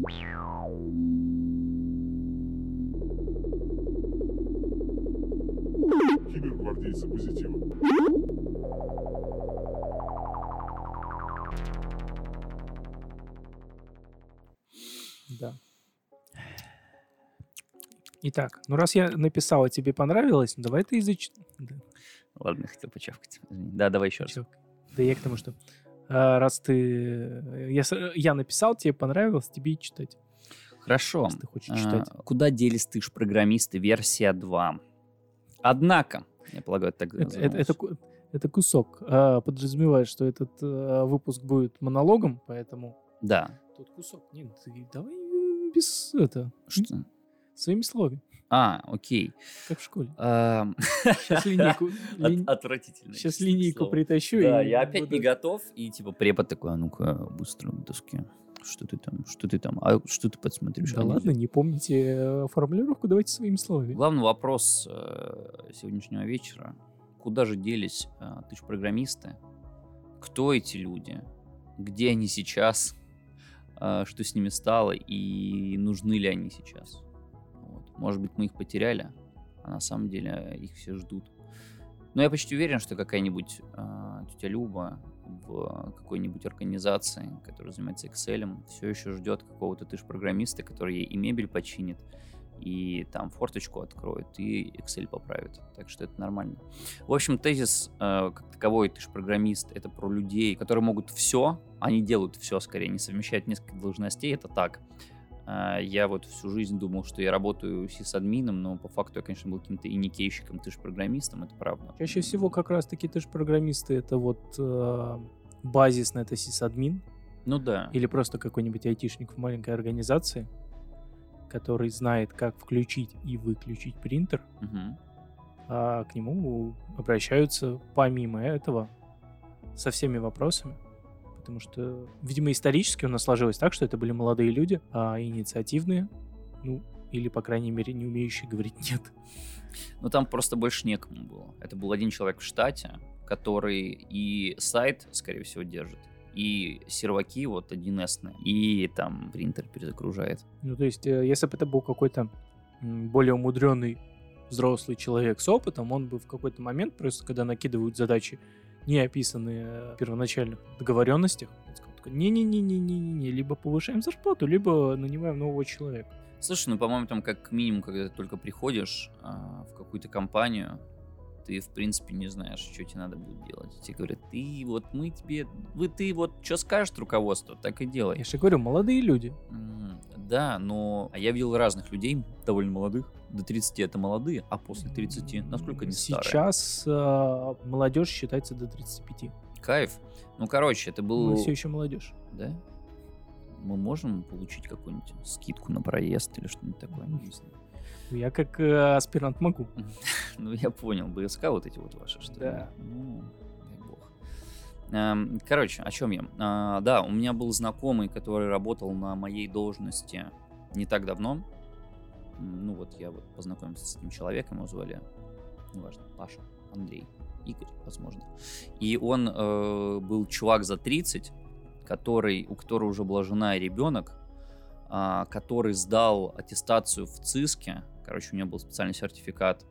Кибергвардейцы позитива. Да. Итак, ну раз я написал, а тебе понравилось, ну давай ты Да, Ладно, хотел почавкать. Извини. Да, давай еще раз. чё? Да я к тому, что раз ты... Я написал, тебе понравилось, тебе и читать. Хорошо. Если ты хочешь читать. Куда делись ты-ж-программисты версия 2? Однако, я полагаю, это так называлось. Это кусок. Подразумевает, что этот выпуск будет монологом, поэтому... Да. Тут кусок. Нет, ты давай без это... Что? Своими словами, Окей. как в школе. Ам, Сейчас линейку... Отвратительно. Сейчас линейку слово. притащу. Да, и я опять буду- не готов, и типа препод такой, а ну-ка, быстро к доске. Что ты там, а что ты подсмотришь? Да А ладно, не помните формулировку, давайте своими словами. Главный вопрос сегодняшнего вечера. Куда же делись ты ж программисты? Кто эти люди? Где они сейчас? Что с ними стало? И нужны ли они сейчас? Вот. Может быть, мы их потеряли, а на самом деле их все ждут. Но я почти уверен, что какая-нибудь тетя Люба в какой-нибудь организации, которая занимается Excel, все еще ждет какого-то ты-ж-программиста, который ей и мебель починит, и там форточку откроет, и Excel поправит. Так что это нормально. В общем, тезис как таковой ты-ж-программист — это про людей, которые могут все, они делают все скорее, не совмещают несколько должностей, это так. Я вот всю жизнь думал, что я работаю сисадмином, но по факту я, конечно, был каким-то иникейщиком, ты-ж-программистом, это правда. Чаще всего как раз-таки ты же программисты, это вот базисно это сисадмин Ну да. или просто какой-нибудь айтишник в маленькой организации, который знает, как включить и выключить принтер, Мгм. а к нему обращаются помимо этого со всеми вопросами. Потому что, видимо, исторически у нас сложилось так, что это были молодые люди, инициативные, ну, или, по крайней мере, не умеющие говорить «нет». Но там просто больше некому было. Это был один человек в штате, который и сайт, скорее всего, держит, и серваки вот 1С-ные, и там принтер перезагружает. Ну, то есть, если бы это был какой-то более умудренный взрослый человек с опытом, он бы в какой-то момент, просто когда накидывают задачи, не описанные в первоначальных договоренностях, он сказал такой, не-не-не-не-не-не, либо повышаем зарплату, либо нанимаем нового человека. Слушай, ну, по-моему, там как минимум, когда ты только приходишь в какую-то компанию, ты, в принципе, не знаешь, что тебе надо будет делать. Тебе говорят, ты вот что скажет руководство, так и делай. Я же говорю, молодые люди. Да, но я видел разных людей, довольно молодых. До 30 это молодые, а после 30 насколько они старые? Сейчас молодежь считается до 35. Кайф. Ну, короче, это был... Мы все еще молодежь. Да? Мы можем получить какую-нибудь скидку на проезд или что-нибудь такое? Не знаю. Я как аспирант могу. Ну, я понял. БСК вот эти вот ваши, что ли? Да. Ну, дай бог. Короче, о чем я? Да, у меня был знакомый, который работал на моей должности не так давно. Ну, вот я вот познакомился с этим человеком, его звали, неважно, Паша, Андрей, Игорь, возможно. И он был чувак за 30, у которого уже была жена и ребенок, который сдал аттестацию в ЦИСКе. Короче, у него был специальный сертификат.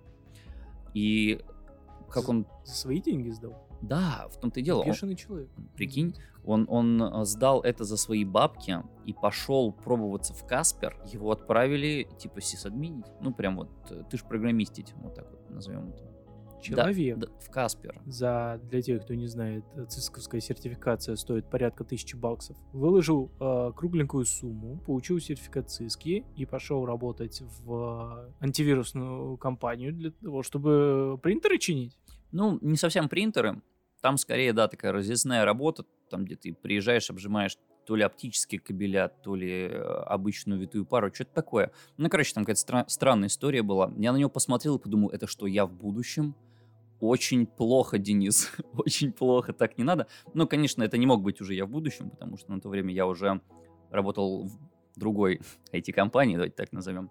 И как он... За свои деньги сдал. Да, в том-то и дело. Бешеный человек. Прикинь, он сдал это за свои бабки и пошел пробоваться в Каспер. Его отправили, типа, сисадминить. Ну, прям вот, ты ж программистить, вот так вот назовем это. Человек. Да, в Каспер. Для тех, кто не знает, цисковская сертификация стоит порядка $1000. Выложил кругленькую сумму, получил сертификат циски и пошел работать в антивирусную компанию для того, чтобы принтеры чинить. Ну, не совсем принтеры. Там скорее, да, такая разъездная работа, там, где ты приезжаешь, обжимаешь то ли оптические кабеля, то ли обычную витую пару, что-то такое. Ну, короче, там какая-то странная история была. Я на него посмотрел и подумал, это что, я в будущем? Очень плохо, Денис, очень плохо, так не надо. Ну, конечно, это не мог быть уже я в будущем, потому что на то время я уже работал в другой IT-компании, давайте так назовем.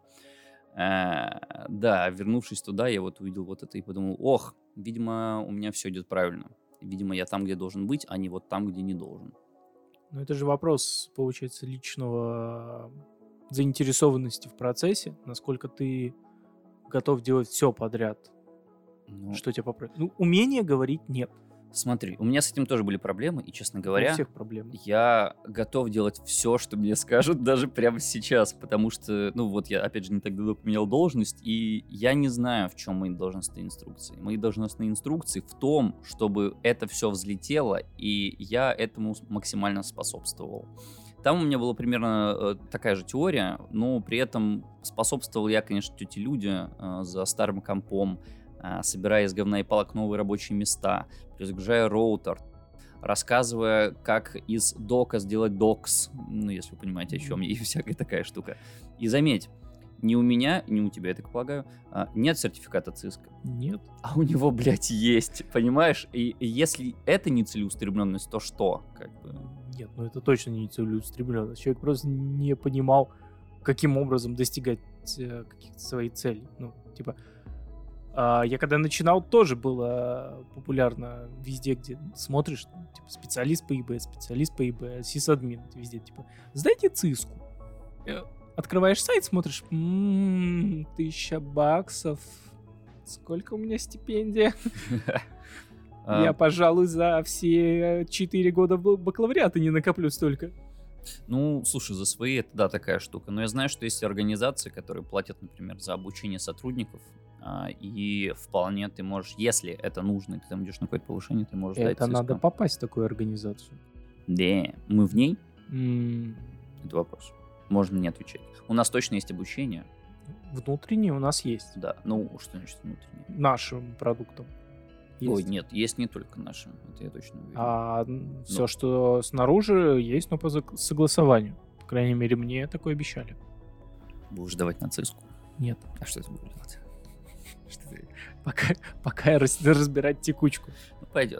Да, вернувшись туда, я вот увидел вот это и подумал, ох, видимо, у меня все идет правильно. Видимо, я там, где должен быть, а не вот там, где не должен. Ну, это же вопрос, получается, личного заинтересованности в процессе, насколько ты готов делать все подряд, Ну, что тебя попросят. Ну, умение говорить нет. смотри, у меня с этим тоже были проблемы, и, честно У говоря, всех проблемы. я готов делать все, что мне скажут, даже прямо сейчас, потому что, ну вот я, опять же, не так давно поменял должность, и я не знаю, в чем мои должностные инструкции. Мои должностные инструкции в том, чтобы это все взлетело, и я этому максимально способствовал. Там у меня была примерно такая же теория, но при этом способствовал я, конечно, тете Люде за старым компом, собирая из говна и палок новые рабочие места, перезагружая роутер, рассказывая, как из дока сделать докс, ну, если вы понимаете, о чем я, и всякая такая штука. И заметь, ни у меня, ни у тебя, я так полагаю, нет сертификата ЦИСКа. Нет. А у него, блядь, есть, понимаешь? И если это не целеустремленность, то что? Как бы... Нет, ну это точно не целеустремленность. Человек просто не понимал, каким образом достигать каких-то своих целей. Ну, типа, я когда начинал, тоже было популярно везде, где смотришь, типа, специалист по ИБ, сисадмин, везде, типа, сдайте ЦИСКу. Открываешь сайт, смотришь, 1000 баксов. Сколько у меня стипендия? Я, пожалуй, за все 4 года бакалавриата не накоплю столько. Ну, слушай, за свои это, да, такая штука. Но я знаю, что есть организации, которые платят, например, за обучение сотрудников, и вполне ты можешь, если это нужно, и ты там идешь на какое-то повышение, ты можешь дать Это надо ЦИСКу. попасть в такую организацию. Да, мы в ней? М, Это вопрос. Можно не отвечать. У нас точно есть обучение, Внутренние у нас есть. да. Ну, что значит внутреннее? Нашим продуктом. Ой, Есть. нет, есть не только нашим, это я точно уверен. А все, Ну. что снаружи, есть, но по согласованию. По крайней мере, мне такое обещали. Будешь давать на ЦИСКу. Нет. А что это будет делать? Что ты... Пока я разбирать текучку. Ну, пойдет.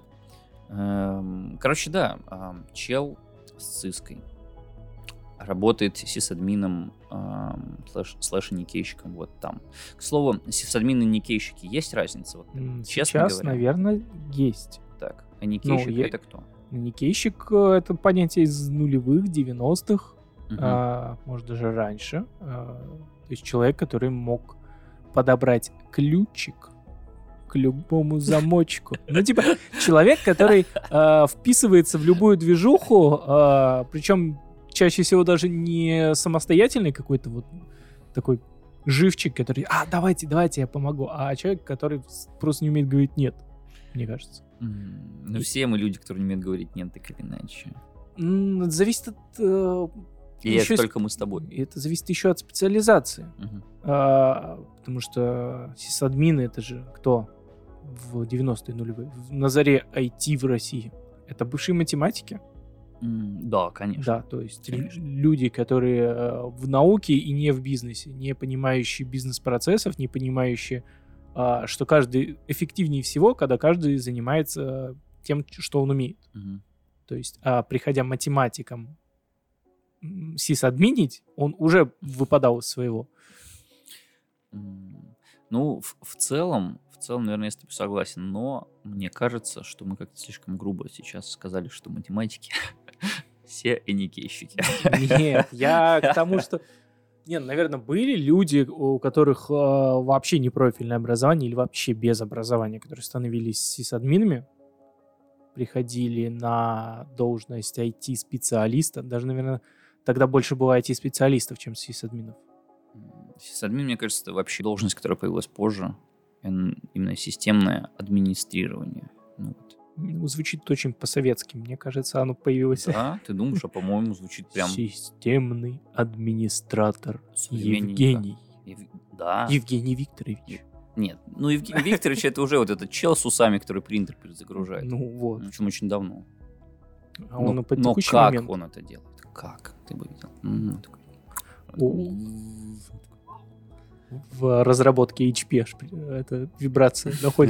Короче, да, чел с ЦИСкой работает сисадмином слэш-никейщиком вот там. К слову, сисадмины и никейщики, есть разница? Вот, честно Сейчас, говоря. наверное, есть. Так, а никейщик я- это кто? Никейщик — это понятие из нулевых, 90-х, Мгм. может, даже раньше. То есть человек, который мог подобрать ключик к любому замочку. Ну, типа, человек, который вписывается в любую движуху, причем чаще всего даже не самостоятельный какой-то вот такой живчик, который, давайте, я помогу, а человек, который просто не умеет говорить «нет», мне кажется. Ну, все мы люди, которые не умеют говорить «нет», так или иначе. Это зависит от... Или еще это только мы с тобой? Это зависит еще от специализации. Мгм. Потому что сисадмины — это же кто в 90-е нулевые? На заре IT в России. Это бывшие математики. Да, конечно. Да, то есть Конечно. люди, которые в науке и не в бизнесе, не понимающие бизнес-процессов, не понимающие, что каждый эффективнее всего, когда каждый занимается тем, что он умеет. Мгм. То есть, приходя математиком сисадминить, он уже выпадал из своего. Ну, в целом, наверное, я с тобой согласен, но мне кажется, что мы как-то слишком грубо сейчас сказали, что математики все никейщики. Нет, я к тому, что... Нет, наверное, были люди, у которых вообще не профильное образование или вообще без образования, которые становились сисадминами, приходили на должность IT-специалиста. Даже, наверное, тогда больше было IT-специалистов, чем сисадминов. Сисадмин, мне кажется, это вообще должность, которая появилась позже. Именно системное администрирование. Ну, вот. Звучит очень по-советски. Мне кажется, оно появилось... Да, ты думаешь, а по-моему, звучит прям Системный администратор современненько. Евгений. Да. Евгений Викторович. Нет, ну Евгений Викторович это уже вот этот чел с усами, который принтер перезагружает. Ну вот. Причем очень давно. А он и по но текущий как момент... он это делает? Как? Ты бы видел. Такой. В разработке HP аж эта вибрация доходит.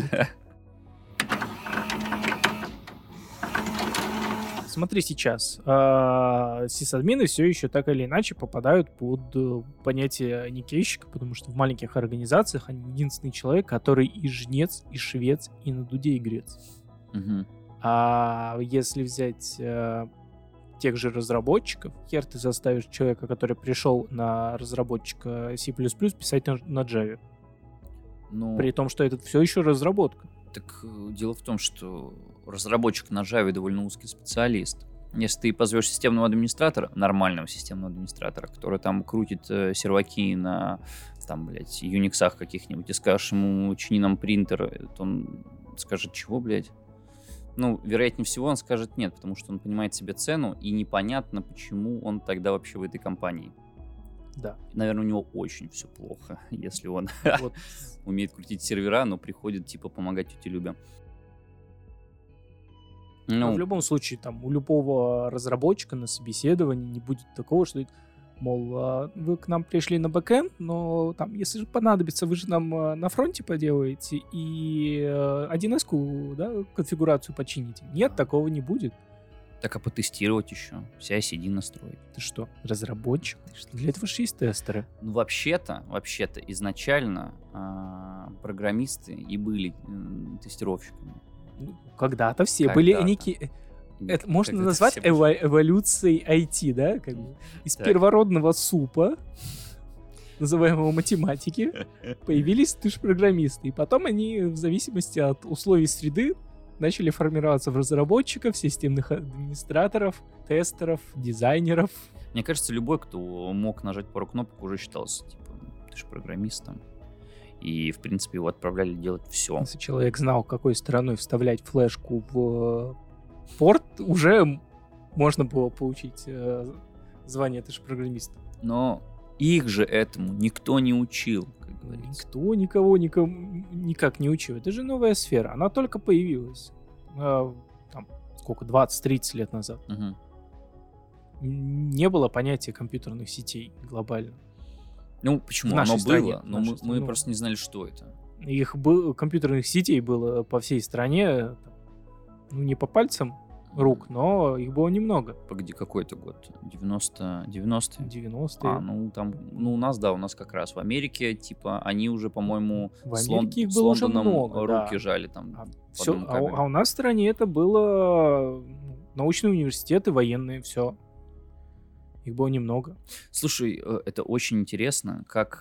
Смотри сейчас. Сисадмины все еще так или иначе попадают под понятие никейщика, потому что в маленьких организациях они единственный человек, который и жнец, и швец, и на дуде игрец. Мгм. А если взять тех же разработчиков. Хер ты заставишь человека, который пришел на разработчика C++, писать на Java. Ну, При том, что это все еще разработка. так дело в том, что разработчик на Java довольно узкий специалист. Если ты позовешь системного администратора, нормального системного администратора, который там крутит серваки на, там, блядь, Unix'ах каких-нибудь, и скажешь ему, чини нам принтер, то он скажет, чего, блядь? Ну, вероятнее всего, он скажет нет, потому что он понимает себе цену, и непонятно, почему он тогда вообще в этой компании. Да. Наверное, у него очень все плохо, если он Вот. умеет крутить сервера, но приходит, типа, помогать тете Любе. Но в Ну, любом случае, там, у любого разработчика на собеседовании не будет такого, что, мол, вы к нам пришли на бэкэнд, но там, если же понадобится, вы же нам на фронте поделаете и 1С-ку, да, конфигурацию почините. Нет, такого не будет. так а потестировать еще, CI/CD настроить. Ты что, разработчик? Для этого же есть тестеры. Ну, вообще-то, изначально программисты и были тестировщиками. Когда-то все были Когда-то. некие... Это можно Когда-то назвать все были. эволюцией IT, да? Как бы из Так. первородного супа, называемого математики, появились программисты. И потом они, в зависимости от условий среды, начали формироваться в разработчиков, системных администраторов, тестеров, дизайнеров. Мне кажется, любой, кто мог нажать пару кнопок, уже считался, типа, ты же программистом. И, в принципе, его отправляли делать все. Если человек знал, какой стороной вставлять флешку в порт, уже можно было получить звание «ты же программист». Но их же этому никто не учил, как говорится. Никто никого никак не учил. Это же новая сфера. Она только появилась. Там, сколько, 20-30 лет назад. Мгм. Не было понятия компьютерных сетей глобально. Ну, почему? В нашей Оно стране, было, в но нашей мы стране. просто не знали, что это. Компьютерных сетей было по всей стране, ну, не по пальцам рук, но их было немного. Погоди, какой это год? 90-е? 90-е. Ну, там, ну, у нас как раз в Америке, типа, они уже, по-моему, В с Америке их с было уже Лондоном много, да. руки жали там. по Всё, одному кабелю. а у нас в стране это было научные университеты, военные, все. Их было немного. Слушай, это очень интересно, как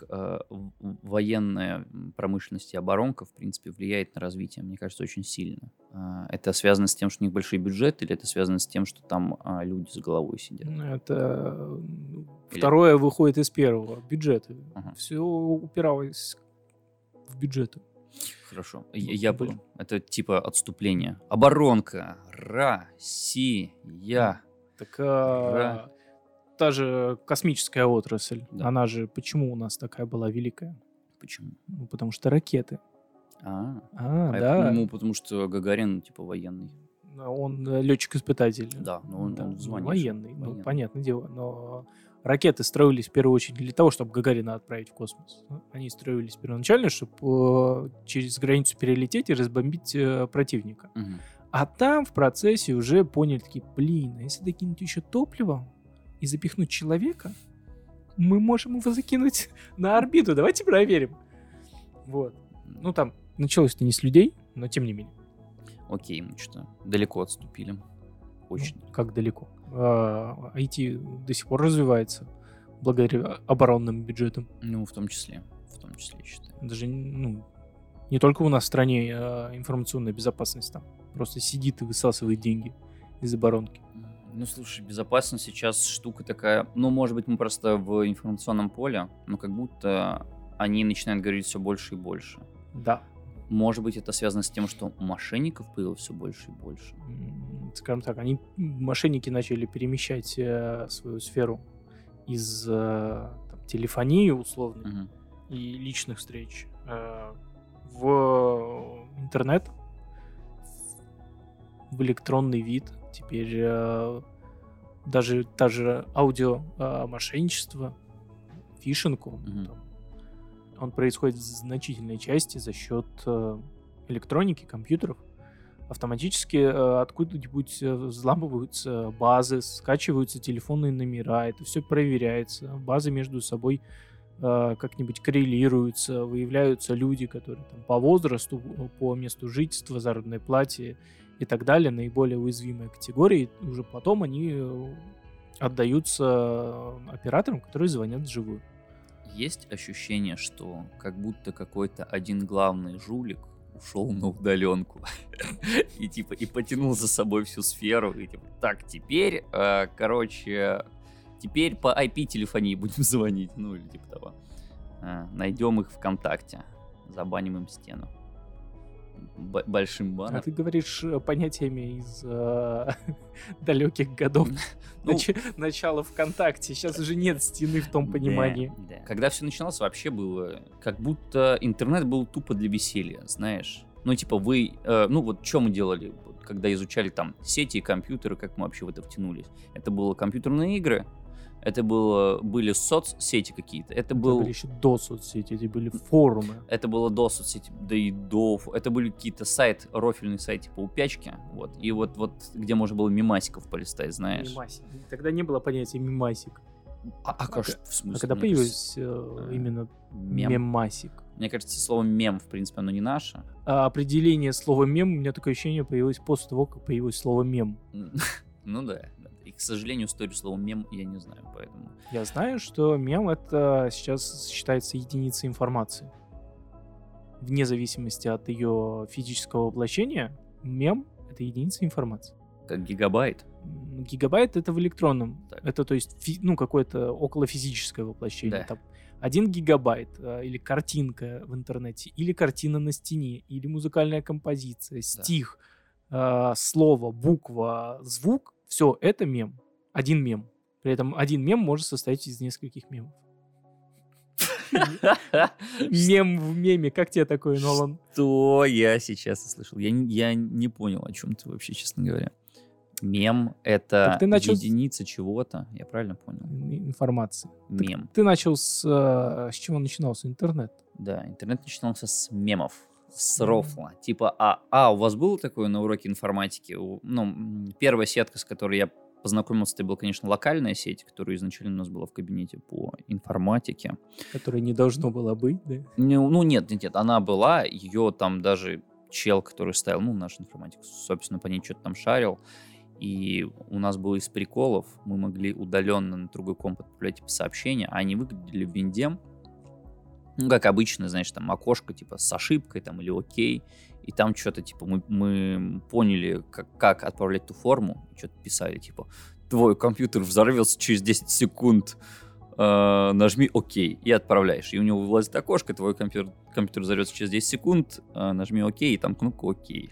военная промышленность и оборонка, в принципе, влияет на развитие, мне кажется, очень сильно. Это связано с тем, что у них большие бюджеты, или это связано с тем, что там люди с головой сидят? Это Или- второе выходит из первого. Бюджеты. Ага. Все упиралось в бюджеты. Хорошо. Ну, Я блин. понял. Это типа отступление. Оборонка. Россия. Так Ра. та же космическая отрасль, Да. она же почему у нас такая была великая? Почему? Ну, потому что ракеты. А я Да. подумал, потому что Гагарин, типа, военный. Он летчик-испытатель. Да, но он в звании же. военный. Ну, Военный. понятное дело. Но ракеты строились в первую очередь для того, чтобы Гагарина отправить в космос. Они строились первоначально, чтобы через границу перелететь и разбомбить противника. Мгм. А там в процессе уже поняли такие, блин, а если докинуть еще топливо и запихнуть человека, мы можем его закинуть на орбиту. Давайте проверим. Вот. Ну, там началось-то не с людей, но тем не менее. Окей, мы что-то далеко отступили. Очень. Ну, как далеко. IT до сих пор развивается благодаря оборонным бюджетам. Ну, в том числе, я считаю. Даже не только у нас в стране информационная безопасность там просто сидит и высасывает деньги из оборонки. Ну, слушай, безопасность сейчас штука такая... Ну, может быть, мы просто в информационном поле, но как будто они начинают говорить все больше и больше. Да. Может быть, это связано с тем, что мошенников появилось все больше и больше. Скажем так, мошенники начали перемещать свою сферу из там, телефонии условно Мгм. и личных встреч в интернет, в электронный вид. Теперь даже та же аудио мошенничество, фишинг, Мгм. он происходит в значительной части за счет электроники, компьютеров. Автоматически откуда-нибудь взламываются базы, скачиваются телефонные номера, это все проверяется, базы между собой как-нибудь коррелируются, выявляются люди, которые там, по возрасту, по месту жительства, заработной плате и так далее, наиболее уязвимые категории, уже потом они отдаются операторам, которые звонят вживую. Есть ощущение, что как будто какой-то один главный жулик ушел на удаленку и типа и потянул за собой всю сферу. И типа, так, теперь, теперь по IP-телефонии будем звонить, ну или типа того. Найдем их ВКонтакте, забаним им стену. Большим А баннером. ты говоришь понятиями из далеких годов. Ну, Начало ВКонтакте. Сейчас уже нет стены в том понимании. Да. Когда все начиналось, вообще было как будто интернет был тупо для веселья, знаешь. Ну, типа, вот что мы делали, когда изучали там сети и компьютеры, как мы вообще в это втянулись. Это было компьютерные игры, это были соцсети какие-то, это Это был... были еще до соцсети, это были форумы. Это было до соцсети, да и до... Это были какие-то рофильные сайты типа Упячки, вот. И вот где можно было мемасиков полистать, знаешь. Мемасик. Тогда не было понятия мемасик. В смысле? А когда Мне появился кажется, именно мем. мемасик? Мне кажется, слово мем, в принципе, оно не наше. А определение слова мем, у меня такое ощущение, появилось после того, как появилось слово мем. Ну да. И, к сожалению, историю слова мем я не знаю, поэтому... Я знаю, что мем — это сейчас считается единицей информации. Вне зависимости от ее физического воплощения, мем — это единица информации. Как гигабайт. Гигабайт — это в электронном. Так. Это, то есть, какое-то околофизическое воплощение. Да. Там 1 гигабайт, или картинка в интернете, или картина на стене, или музыкальная композиция, стих, слово, буква, звук — все это мем. Один мем. При этом один мем может состоять из нескольких мемов. Мем в меме. Как тебе такое, Нолан? Что я сейчас услышал? Я не понял, о чем ты вообще, честно говоря. Мем — это Так ты начал единица чего-то. Я правильно понял? Информации. Мем. Ты начал с чего начинался интернет? Да, интернет начинался с мемов. С рофла. Типа, у вас было такое на уроке информатики? Первая сетка, с которой я познакомился, это была, конечно, локальная сеть, которая изначально у нас была в кабинете по информатике. Которой не должно было быть, да? Нет, она была, ее там даже чел, который ставил, наш информатик, собственно, по ней что-то там шарил, и у нас было из приколов, мы могли удаленно на другой комп отправлять типа сообщения, а они выглядели в винде, как обычно, знаешь, там окошко типа с ошибкой там или окей, и там что-то типа мы поняли, как отправлять ту форму, что-то писали типа твой компьютер взорвется через 10 секунд, нажми окей и отправляешь, и у него вылазит окошко, твой компьютер взорвется через 10 секунд, нажми окей, и там кнопка окей.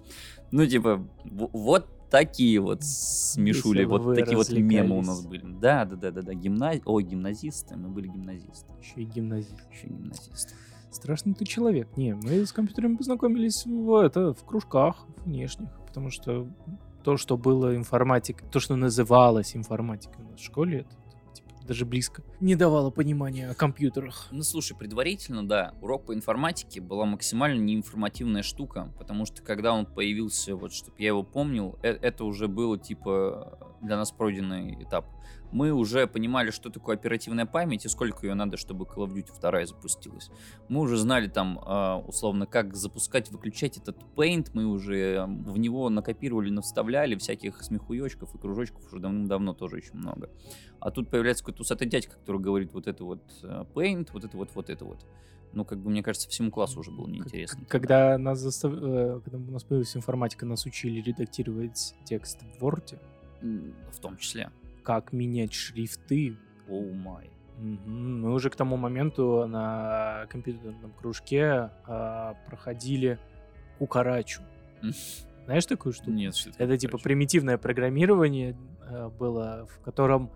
Вот такие вот смешули, Весело вот вы такие вот мемы у развлекались. нас были. Да. Гимназисты, мы были гимназисты. Еще и гимназист. Еще гимназисты. Страшный ты человек. Не, мы с компьютерами познакомились в кружках внешних, потому что то, что было информатикой, то, что называлось информатикой у нас в школе, это типа, даже близко не давало понимания о компьютерах. Слушай, предварительно, да, урок по информатике была максимально неинформативная штука, потому что когда он появился, вот, чтобы я его помнил, это уже было, типа, для нас пройденный этап. Мы уже понимали, что такое оперативная память и сколько ее надо, чтобы Call of Duty 2 запустилась. Мы уже знали там, условно, как запускать, выключать этот Paint, мы уже в него накопировали, навставляли всяких смехуёчков и кружочков уже давным-давно тоже очень много. А тут появляется какой-то усатый дядька, который говорит вот это вот Paint, вот это вот. Мне кажется, всему классу уже было неинтересно. Когда когда у нас появилась информатика, нас учили редактировать текст в Word, В том числе. как менять шрифты. Оу май. Мы уже к тому моменту на компьютерном кружке проходили кукарачу. Знаешь такую штуку? Нет, что Это типа примитивное программирование было, в котором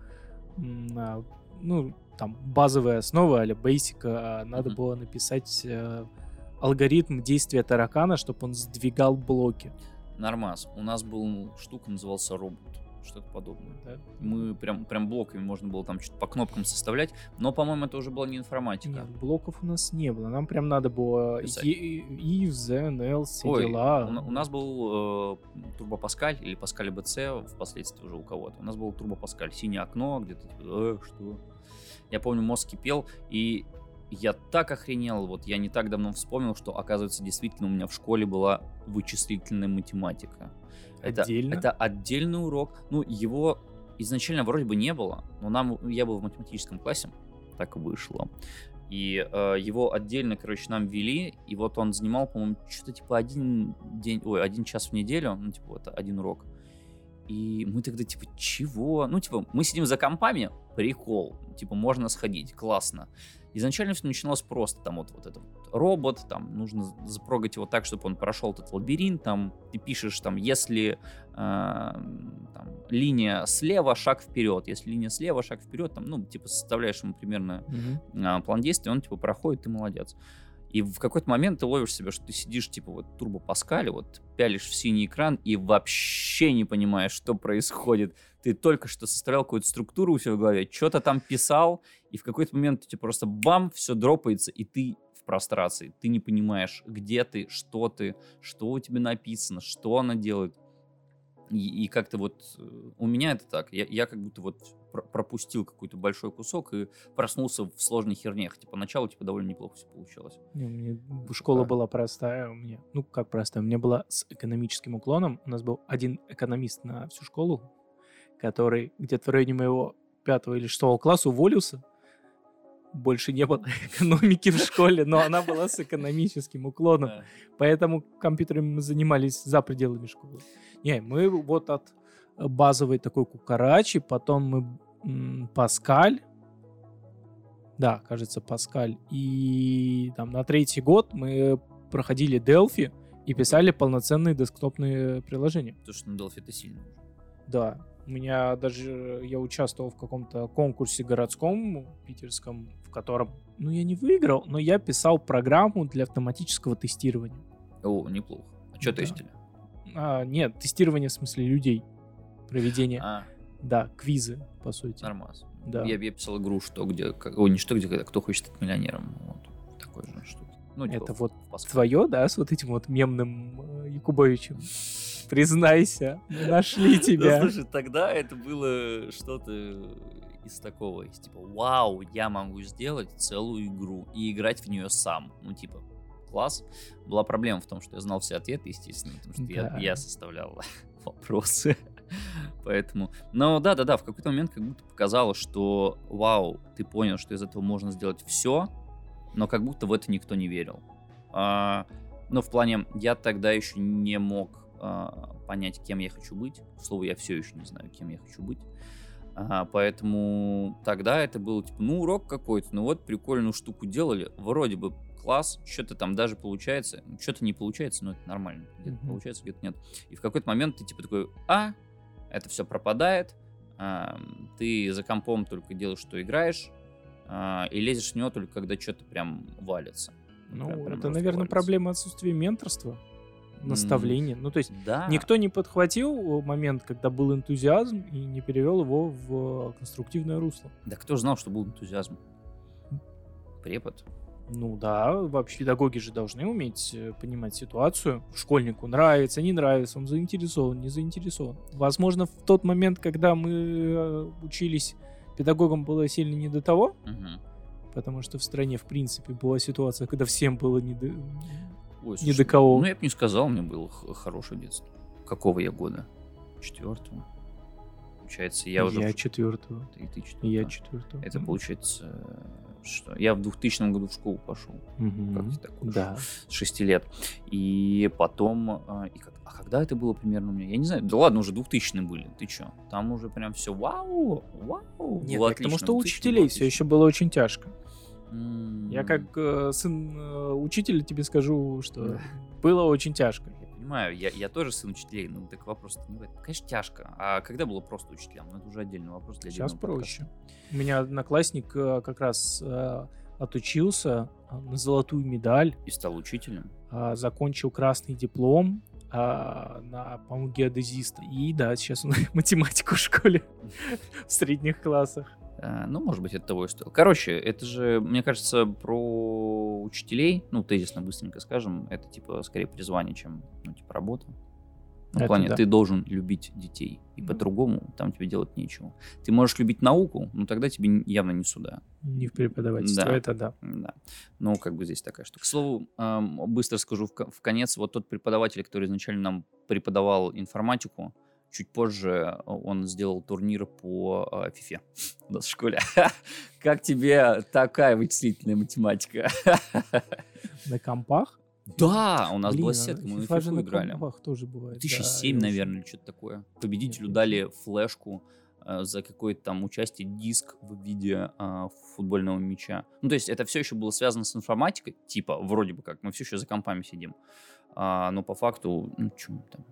там базовая основа а-ля Basic, надо было написать алгоритм действия таракана, чтобы он сдвигал блоки. Нормас. У нас был штука, назывался робот. Что-то подобное. Да? Мы прям блоками можно было там что-то по кнопкам составлять, но, по-моему, это уже была не информатика. Нет, блоков у нас не было. Нам прям надо было Писать. if, then, else, все Ой, дела. у нас был Turbo Pascal или Pascal BC впоследствии уже у кого-то. У нас был Turbo Pascal, синее окно, где-то типа, что? Я помню, мозг кипел, и я так охренел, вот я не так давно вспомнил, что, оказывается, действительно у меня в школе была вычислительная математика. Отдельно? Это отдельный урок. Ну, его изначально вроде бы не было, но я был в математическом классе, так и вышло. И его отдельно, короче, нам ввели, и вот он занимал, по-моему, что-то типа 1 час в неделю, ну, типа, вот один урок. И мы тогда, типа, чего? Ну, типа, мы сидим за компами, прикол, типа, можно сходить, классно. Изначально все начиналось просто, там вот этот вот робот, там нужно запрогать его так, чтобы он прошел этот лабиринт, там ты пишешь, там, если там, линия слева, шаг вперед, если линия слева, шаг вперед, там, ну, типа, составляешь ему примерно план действий, он, типа, проходит, ты молодец. И в какой-то момент ты ловишь себя, что ты сидишь, типа, вот в Turbo Pascal, вот пялишь в синий экран и вообще не понимаешь, что происходит. Ты только что составлял какую-то структуру у себя в голове, что-то там писал, и в какой-то момент у тебя просто бам, все дропается, и ты в прострации. Ты не понимаешь, где ты, что у тебя написано, что она делает. И как-то вот у меня это так. Я как будто вот пропустил какой-то большой кусок и проснулся в сложной херне. Хотя поначалу типа довольно неплохо все получалось. У меня школа была простая. Ну, как простая? У меня была с экономическим уклоном. У нас был один экономист на всю школу, который где-то в районе моего 5 или 6 класса уволился. Больше не было экономики в школе, но она была с экономическим уклоном. Поэтому компьютерами мы занимались за пределами школы. Не, мы вот от базовой такой кукарачи, потом мы Паскаль. Да, кажется, Паскаль. И там на 3-й год мы проходили Delphi и писали полноценные десктопные приложения. Потому что на Delphi это сильно. Да. У меня даже... Я участвовал в каком-то конкурсе городском питерском, в котором... Ну, я не выиграл, но я писал программу для автоматического тестирования. О, неплохо. А что Да. тестили? Нет, тестирование в смысле людей. Проведение. Да, квизы, по сути. Нормас. Да. Я писал игру, когда кто хочет стать миллионером. Вот. Такой же что-то. Ну, типа, Это вот Паскаль. твое, да, с вот этим вот мемным Якубовичем? Признайся, мы нашли тебя. Ну, слушай, тогда это было что-то из такого, типа, вау, я могу сделать целую игру и играть в нее сам. Ну, типа, класс. Была проблема в том, что я знал все ответы, естественно, потому что Да. я составлял вопросы. Поэтому, но да, в какой-то момент как будто показалось, что вау, ты понял, что из этого можно сделать все, но как будто в это никто не верил. Но в плане, я тогда еще не мог понять, кем я хочу быть. К слову, я все еще не знаю, кем я хочу быть. Поэтому тогда это было типа, ну, урок какой-то, ну вот прикольную штуку делали, вроде бы класс, что-то там даже получается, что-то не получается, но это нормально, где-то получается, где-то нет. И в какой-то момент ты типа такой, это все пропадает, ты за компом только делаешь, что играешь, и лезешь в него только когда что-то прям валится. Ну, Прям это, просто наверное, валится. проблема отсутствия менторства, наставления. Ну, то есть Да. никто не подхватил момент, когда был энтузиазм, и не перевел его в конструктивное русло. Да кто же знал, что был энтузиазм? Препод. Ну да, вообще педагоги же должны уметь понимать ситуацию. Школьнику нравится, не нравится, он заинтересован, не заинтересован. Возможно, в тот момент, когда мы учились, педагогам было сильно не до того, потому что в стране, в принципе, была ситуация, когда всем было не до... Ой, Ни до кого. Ну, я бы не сказал, у меня было хорошее детство. Какого я года? 4-го. Получается, я уже... Я 4-го. И ты 4-го. Я 4-го. Это получается, что я в 2000 году в школу пошел. Как я так Да. с 6 лет. И потом... А когда это было примерно у меня? Я не знаю. Да ладно, уже 2000-е были. Ты чё? Там уже прям все вау. Нет, Было потому отлично. что у 2000-е учителей было все отлично. еще было очень тяжко. Я М. как сын учителя тебе скажу, что было очень тяжко. Я понимаю, я тоже сын учителей, ну так вопрос не в этом. Конечно, тяжко. А когда было просто учителям? Ну, это уже отдельный вопрос для Сейчас отдельного проще. У меня одноклассник как раз отучился на золотую медаль, подкаста. И стал учителем. закончил красный диплом на, по-моему, геодезиста. И да, сейчас он математику в школе в средних классах. Ну, может быть, это того и стоило. Короче, это же, мне кажется, про учителей, ну, тезисно быстренько скажем, это, типа, скорее призвание, чем, ну, типа, работа. В Это плане, да. ты должен любить детей, и по-другому там тебе делать нечего. Ты можешь любить науку, но тогда тебе явно не сюда. Не в преподавательство, Да. это да. Да. Ну, как бы здесь такая штука. К слову, быстро скажу в конец, вот тот преподаватель, который изначально нам преподавал информатику, чуть позже он сделал турнир по FIFA у нас в школе. Как тебе такая вычислительная математика? На компах? Да, у нас Блин, была сетка, мы в FIFA же FIFA на играли. компах тоже бывает. 2007, наверное, или что-то такое. Победителю Нет, дали флешку за какое-то там участие, диск в виде футбольного мяча. Ну, то есть это все еще было связано с информатикой, типа, вроде бы как, мы все еще за компами сидим. Но по факту, ну, что мы там,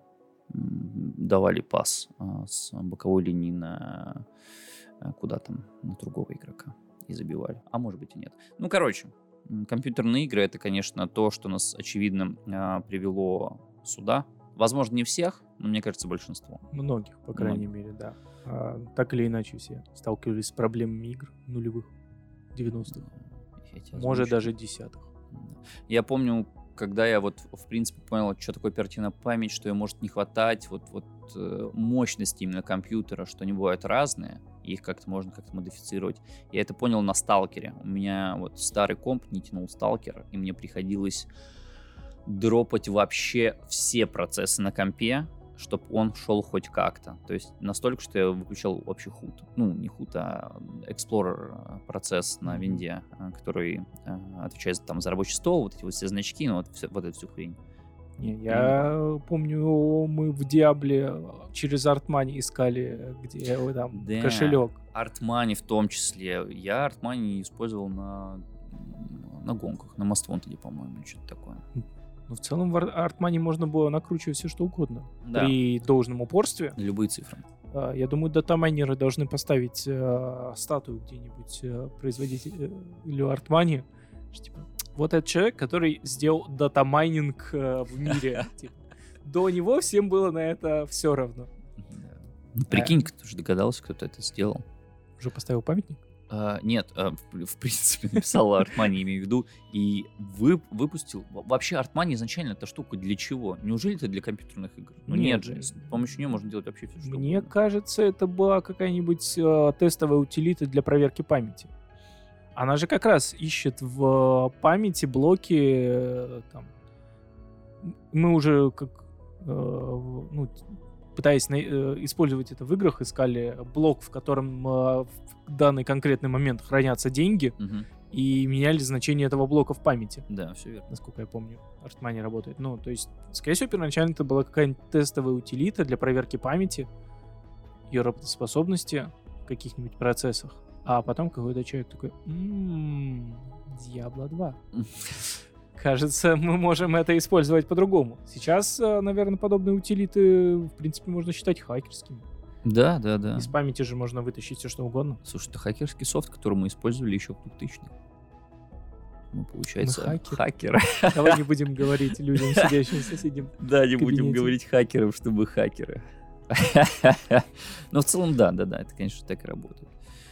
давали пас с боковой линии на куда там, на другого игрока и забивали. А может быть и нет. Ну, короче, компьютерные игры — это, конечно, то, что нас, очевидно, привело сюда. Возможно, не всех, но, мне кажется, большинство. Многих, по крайней мере, да. Так или иначе все сталкивались с проблемами игр нулевых, 90-х. Я тебя Может, озвучу. даже десятых. Я помню, когда я вот, в принципе, понял, что такое оперативная память, что ей может не хватать, мощности именно компьютера, что они бывают разные, и их как-то можно как-то модифицировать. Я это понял на Сталкере. У меня вот старый комп не тянул Сталкер, и мне приходилось дропать вообще все процессы на компе, чтобы он шел хоть как-то. То есть настолько, что я выключал вообще худ. Ну, не худ, а Explorer процесс на винде, который отвечает там за рабочий стол, вот эти вот все значки, ну, вот эту всю хрень. Не, я помню, мы в Диабле через Артмани искали, где там Да. кошелек. Артмани в том числе. Я Артмани использовал на гонках, на Most Wanted, по-моему, что-то такое. Ну, в целом в Артмани можно было накручивать все, что угодно. Да. При должном упорстве. Любые цифры. Я думаю, датамайнеры должны поставить статую где-нибудь производителю Артмани. Типа, вот этот человек, который сделал датамайнинг в мире. Типа, до него всем было на это все равно. Ну, прикинь, ты же догадался, кто-то это сделал. Уже поставил памятник? Нет, в принципе, написал Артмани, имею в виду, и выпустил. Вообще, Артмани изначально эта штука для чего? Неужели это для компьютерных игр? Ну нет же, с помощью нее можно делать вообще все, что Мне угодно. кажется, это была какая-нибудь тестовая утилита для проверки памяти. Она же как раз ищет в памяти блоки. Там. Мы уже пытаясь использовать это в играх, искали блок, в котором в данный конкретный момент хранятся деньги, Мгм. и меняли значение этого блока в памяти. Да, все верно. Насколько я помню, Артмани работает. Ну, то есть, скорее всего, первоначально это была какая-нибудь тестовая утилита для проверки памяти, ее работоспособности в каких-нибудь процессах. А потом какой-то человек такой: Diablo 2. Кажется, мы можем это использовать по-другому. Сейчас, наверное, подобные утилиты, в принципе, можно считать хакерскими. Да. Из памяти же можно вытащить все, что угодно. Слушай, это хакерский софт, который мы использовали еще в 2000-х. Ну, получается, Мы хакеры. хакеры. Давай не будем говорить людям, сидящим в соседнем. Да, не будем кабинете. говорить хакерам, чтобы хакеры. Но в целом, да, это, конечно, так и работает.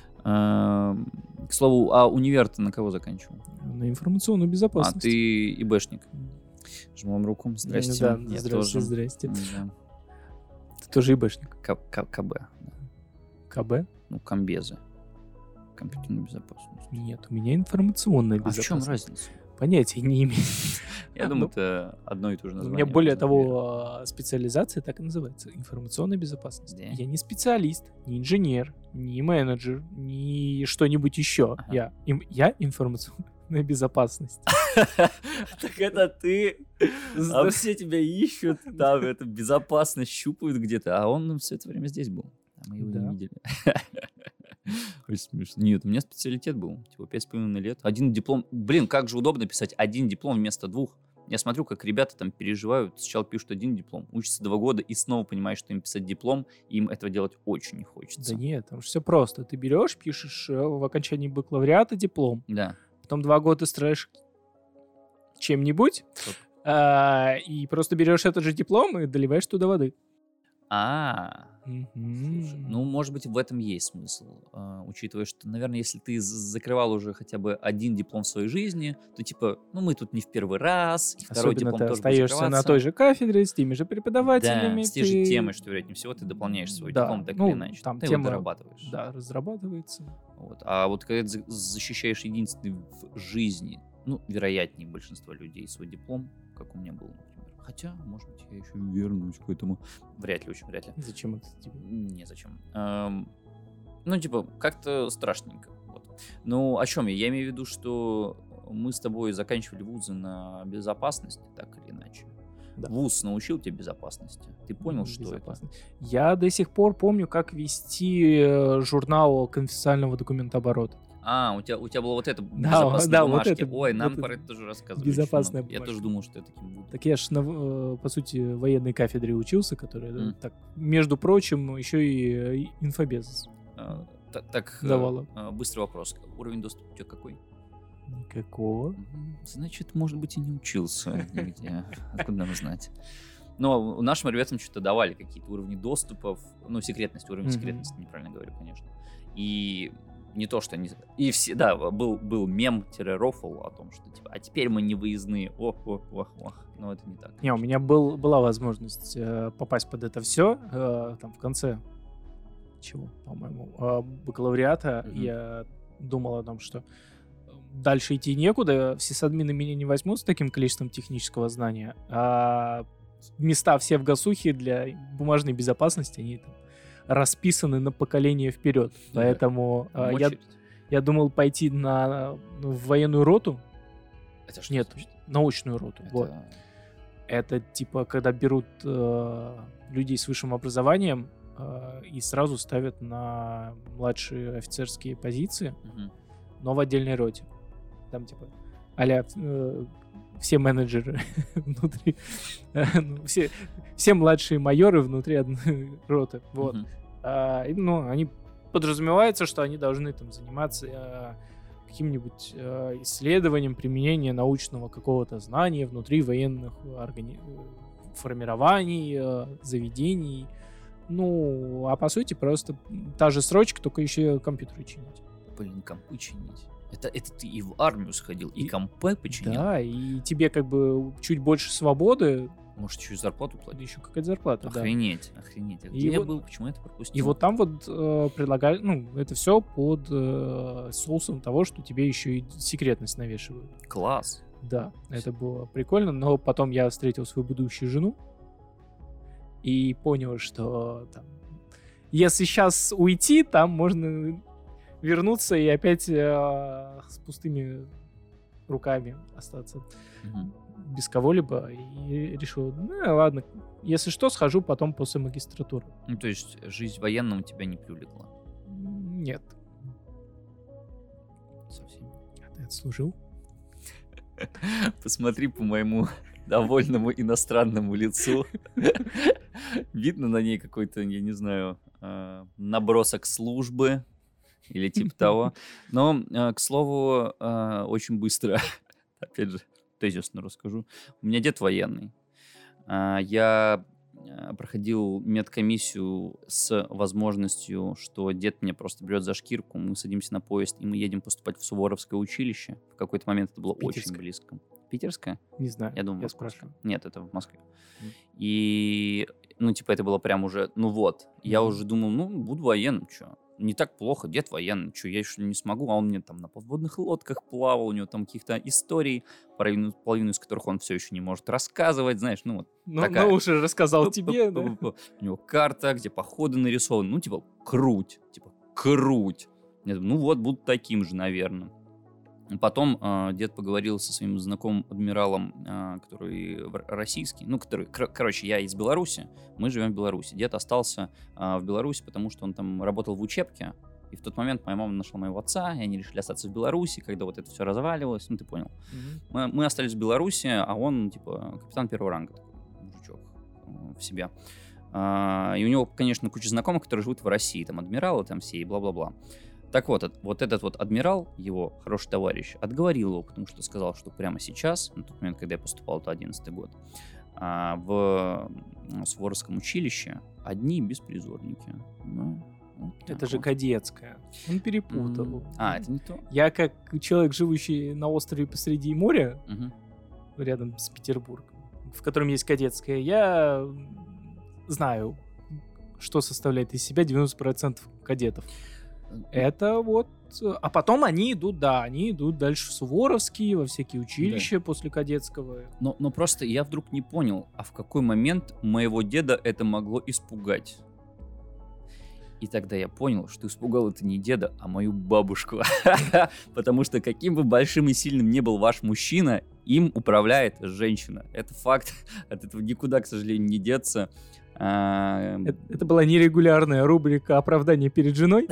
К слову, а универ ты на кого заканчивал? На информационную А безопасность. ты ИБшник. Жмем руку. Здрасте. Да, Я здрасте, тоже. здрасте. Да. Ты тоже ИБшник. КБ. да. КБ? Ну, комбезы. Компьютерная безопасность. Нет, у меня информационная А в чем безопасность. разница? Понятия не имею. Я думаю, это одно и то же У название. меня, более можно уверен. того, специализация так и называется. Информационная безопасность. Да? Я не специалист, не инженер, не менеджер, не что-нибудь еще. Ага. Я информационная безопасность. Так это ты. А все тебя ищут, там это безопасность щупают где-то, а он все это время здесь был. А мы его Да. не видели. Очень смешно. Нет, у меня специалитет был, типа 5,5 лет. Один диплом. Блин, как же удобно писать один диплом вместо двух. Я смотрю, как ребята там переживают. Сначала пишут один диплом, учатся 2 года и снова понимают, что им писать диплом, и им этого делать очень не хочется. Да нет, там же все просто. Ты берешь, пишешь в окончании бакалавриата диплом, Да. потом 2 года строишь чем-нибудь, Стоп. и просто берешь этот же диплом и доливаешь туда воды. Слушай, ну, может быть, в этом есть смысл, учитывая, что, наверное, если ты закрывал уже хотя бы один диплом в своей жизни, то, типа, ну, мы тут не в первый раз, и второй Особенно диплом ты тоже будет остаешься на закрываться. той же кафедре, с теми же Да, преподавателями. с той же ты- темой, что, вероятнее всего, ты дополняешь свой Да, диплом так ну, или иначе. там Ты его тема, дорабатываешь. Да, разрабатывается. Вот. А вот когда ты защищаешь единственный в жизни, ну, вероятнее большинства людей свой диплом, как у меня был, например. Хотя, может быть, я еще вернусь к этому. Вряд ли, очень вряд ли. Зачем это тебе? Незачем. Ну, типа, как-то страшненько. Вот. Ну, о чем я? Я имею в виду, что мы с тобой заканчивали вузы на безопасности, так или иначе. Да. Вуз научил тебя безопасности. Ты понял, что это? Безопасно. Я до сих пор помню, как вести журнал конфиденциального документооборота. У тебя было вот это Да, безопасные да, вот бумажки. это- Ой, нам вот про это это тоже рассказывали. безопасная очень много. Я бумажка. тоже думал, что я таким буду. Так я ж, по сути, военной кафедре учился, которая, так, между прочим, еще и инфобез Так, давала. быстрый вопрос. Уровень доступа у тебя какой? Никакого. Значит, может быть, и не учился нигде. Откуда нам знать? Но нашим ребятам что-то давали какие-то уровни доступов. Ну, секретность, уровень Мгм. секретности, неправильно говорю, конечно. И не то, что они... И все, да, был мем-рофл о том, что типа, а теперь мы не выездные. Ох. Но это не так. Не, у меня была возможность попасть под это все. Там в конце чего, по-моему, бакалавриата Мгм. я думал о том, что дальше идти некуда, сисадмины меня не возьмут с таким количеством технического знания, а места все в ГАСУХе для бумажной безопасности, они там расписаны на поколение вперед. Да. Поэтому Очередь. я думал пойти в военную роту. Это что Нет, значит? научную роту. Это- Вот. Это типа, когда берут людей с высшим образованием и сразу ставят на младшие офицерские позиции, Мгм. но в отдельной роте. Там типа а-ля все менеджеры внутри, ну, все младшие майоры внутри одной роты. Вот. Мгм. Ну, они подразумевается, что они должны там заниматься каким-нибудь исследованием применения научного какого-то знания внутри военных формирований, заведений. Ну, а по сути просто та же срочка, только еще компьютеры чинить. Блин, компы чинить. Это ты и в армию сходил, и компы починил? Да, и тебе как бы чуть больше свободы, Может, еще и зарплату платить? еще какая-то зарплата, да. Охренеть. А И где я вот- был? Почему я это пропустил? И вот там вот предлагали, ну, это все под соусом того, что тебе еще и секретность навешивают. Класс. Да, это было прикольно, но потом я встретил свою будущую жену и понял, что там, если сейчас уйти, там можно вернуться и опять с пустыми руками остаться Мгм. без кого-либо. И решил, ну ладно, если что, схожу потом после магистратуры. Ну, то есть жизнь военного тебя не привлекла Нет. совсем. А ты отслужил? Посмотри по моему довольному иностранному лицу. Видно на ней какой-то, я не знаю, набросок службы или типа того. Но, к слову, очень быстро, опять же, тезисно расскажу. У меня дед военный. Я проходил медкомиссию с возможностью, что дед меня просто берет за шкирку, мы садимся на поезд, и мы едем поступать в Суворовское училище. В какой-то момент это было очень Питерское. близко. Питерское? Не знаю. Я думаю, я московское. спрашиваю. Нет, это в Москве. Мгм. И, ну, типа, это было прям уже, ну вот. Я Мгм. уже думал, ну, буду военным, что? Не так плохо, дед военный, что, я еще не смогу, а он мне там на подводных лодках плавал, у него там каких-то историй, половину из которых он все еще не может рассказывать, знаешь, ну вот. Ну, такая. уже рассказал тебе, да? У него карта, где походы нарисованы, ну, типа, круть. Я думаю, ну вот, буду таким же, наверное. Потом дед поговорил со своим знакомым адмиралом, который российский, ну, который, короче, я из Беларуси, мы живем в Беларуси. Дед остался в Беларуси, потому что он там работал в учебке, и в тот момент моя мама нашла моего отца, и они решили остаться в Беларуси, когда вот это все разваливалось, ну, ты понял. Мы остались в Беларуси, а он, типа, капитан первого ранга, такой мужичок в себя. И у него, конечно, куча знакомых, которые живут в России, там, адмиралы там все и бла-бла-бла. Так вот, вот этот вот адмирал, его хороший товарищ, отговорил его, потому что сказал, что прямо сейчас, на тот момент, когда я поступал, это 11-й год, в Суворовском училище одни беспризорники. Ну, вот так Это же вот. кадетская. Он перепутал. Это не то. Я как человек, живущий на острове посреди моря, Мгм. рядом с Петербургом, в котором есть кадетская, я знаю, что составляет из себя 90% кадетов. Это вот... А потом они идут дальше в Суворовские, во всякие училища после кадетского. Но просто я вдруг не понял, а в какой момент моего деда это могло испугать? И тогда я понял, что испугал это не деда, а мою бабушку. Потому что каким бы большим и сильным ни был ваш мужчина, им управляет женщина. Это факт. От этого никуда, к сожалению, не деться. Это была нерегулярная рубрика «Оправдание перед женой».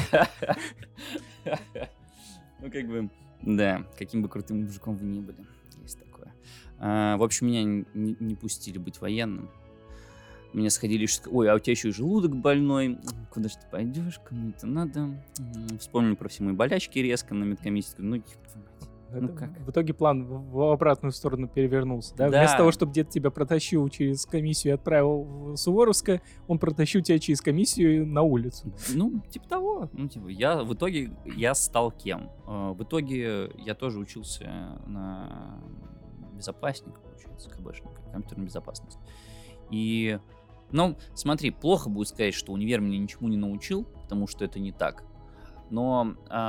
Ну, как бы, да, каким бы крутым мужиком вы ни были. Есть такое. В общем, меня не пустили быть военным. Меня сходили, ой, а у тебя еще и желудок больной, куда же ты пойдешь, кому это надо. Вспомнили про все мои болячки резко на медкомиссии. Ну, как? В итоге план в обратную сторону перевернулся, да? Да. Вместо того, чтобы дед тебя протащил через комиссию и отправил в Суворовское, он протащил тебя через комиссию на улицу. Ну, типа того. Ну, типа, в итоге я стал кем? В итоге я тоже учился на безопасника, получается, КБшника, компьютерная безопасность. И, ну, смотри, плохо будет сказать, что универ меня ничему не научил, потому что это не так. Но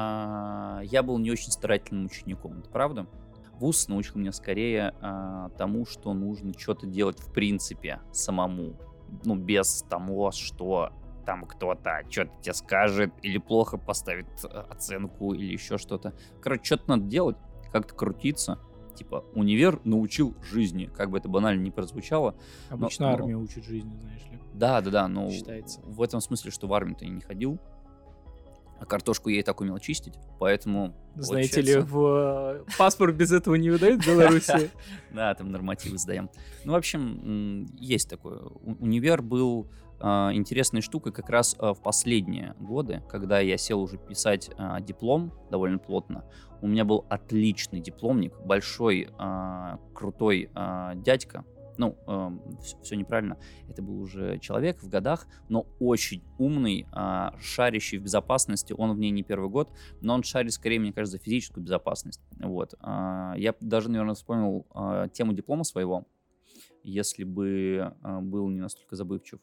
я был не очень старательным учеником, это правда. Вуз научил меня скорее тому, что нужно что-то делать в принципе самому. Ну, без того, что там кто-то что-то тебе скажет, или плохо поставит оценку, или еще что-то. Короче, что-то надо делать, как-то крутиться. Типа, универ научил жизни, как бы это банально не прозвучало. Обычно армия учит жизни, знаешь ли. Да, но Считается. в этом смысле, что в армию-то я не ходил. А картошку я и так умел чистить, поэтому... Знаете ли, в паспорт без этого не выдают в Беларуси. Да, там нормативы сдаем. Ну, в общем, есть такое. Универ был интересной штукой как раз в последние годы, когда я сел уже писать диплом довольно плотно. У меня был отличный дипломник, большой, крутой дядька. Ну, все неправильно. Это был уже человек в годах, но очень умный, шарящий в безопасности. Он в ней не первый год, но он шарит скорее, мне кажется, за физическую безопасность. Вот. Я даже, наверное, вспомнил тему диплома своего, если бы был не настолько забывчив.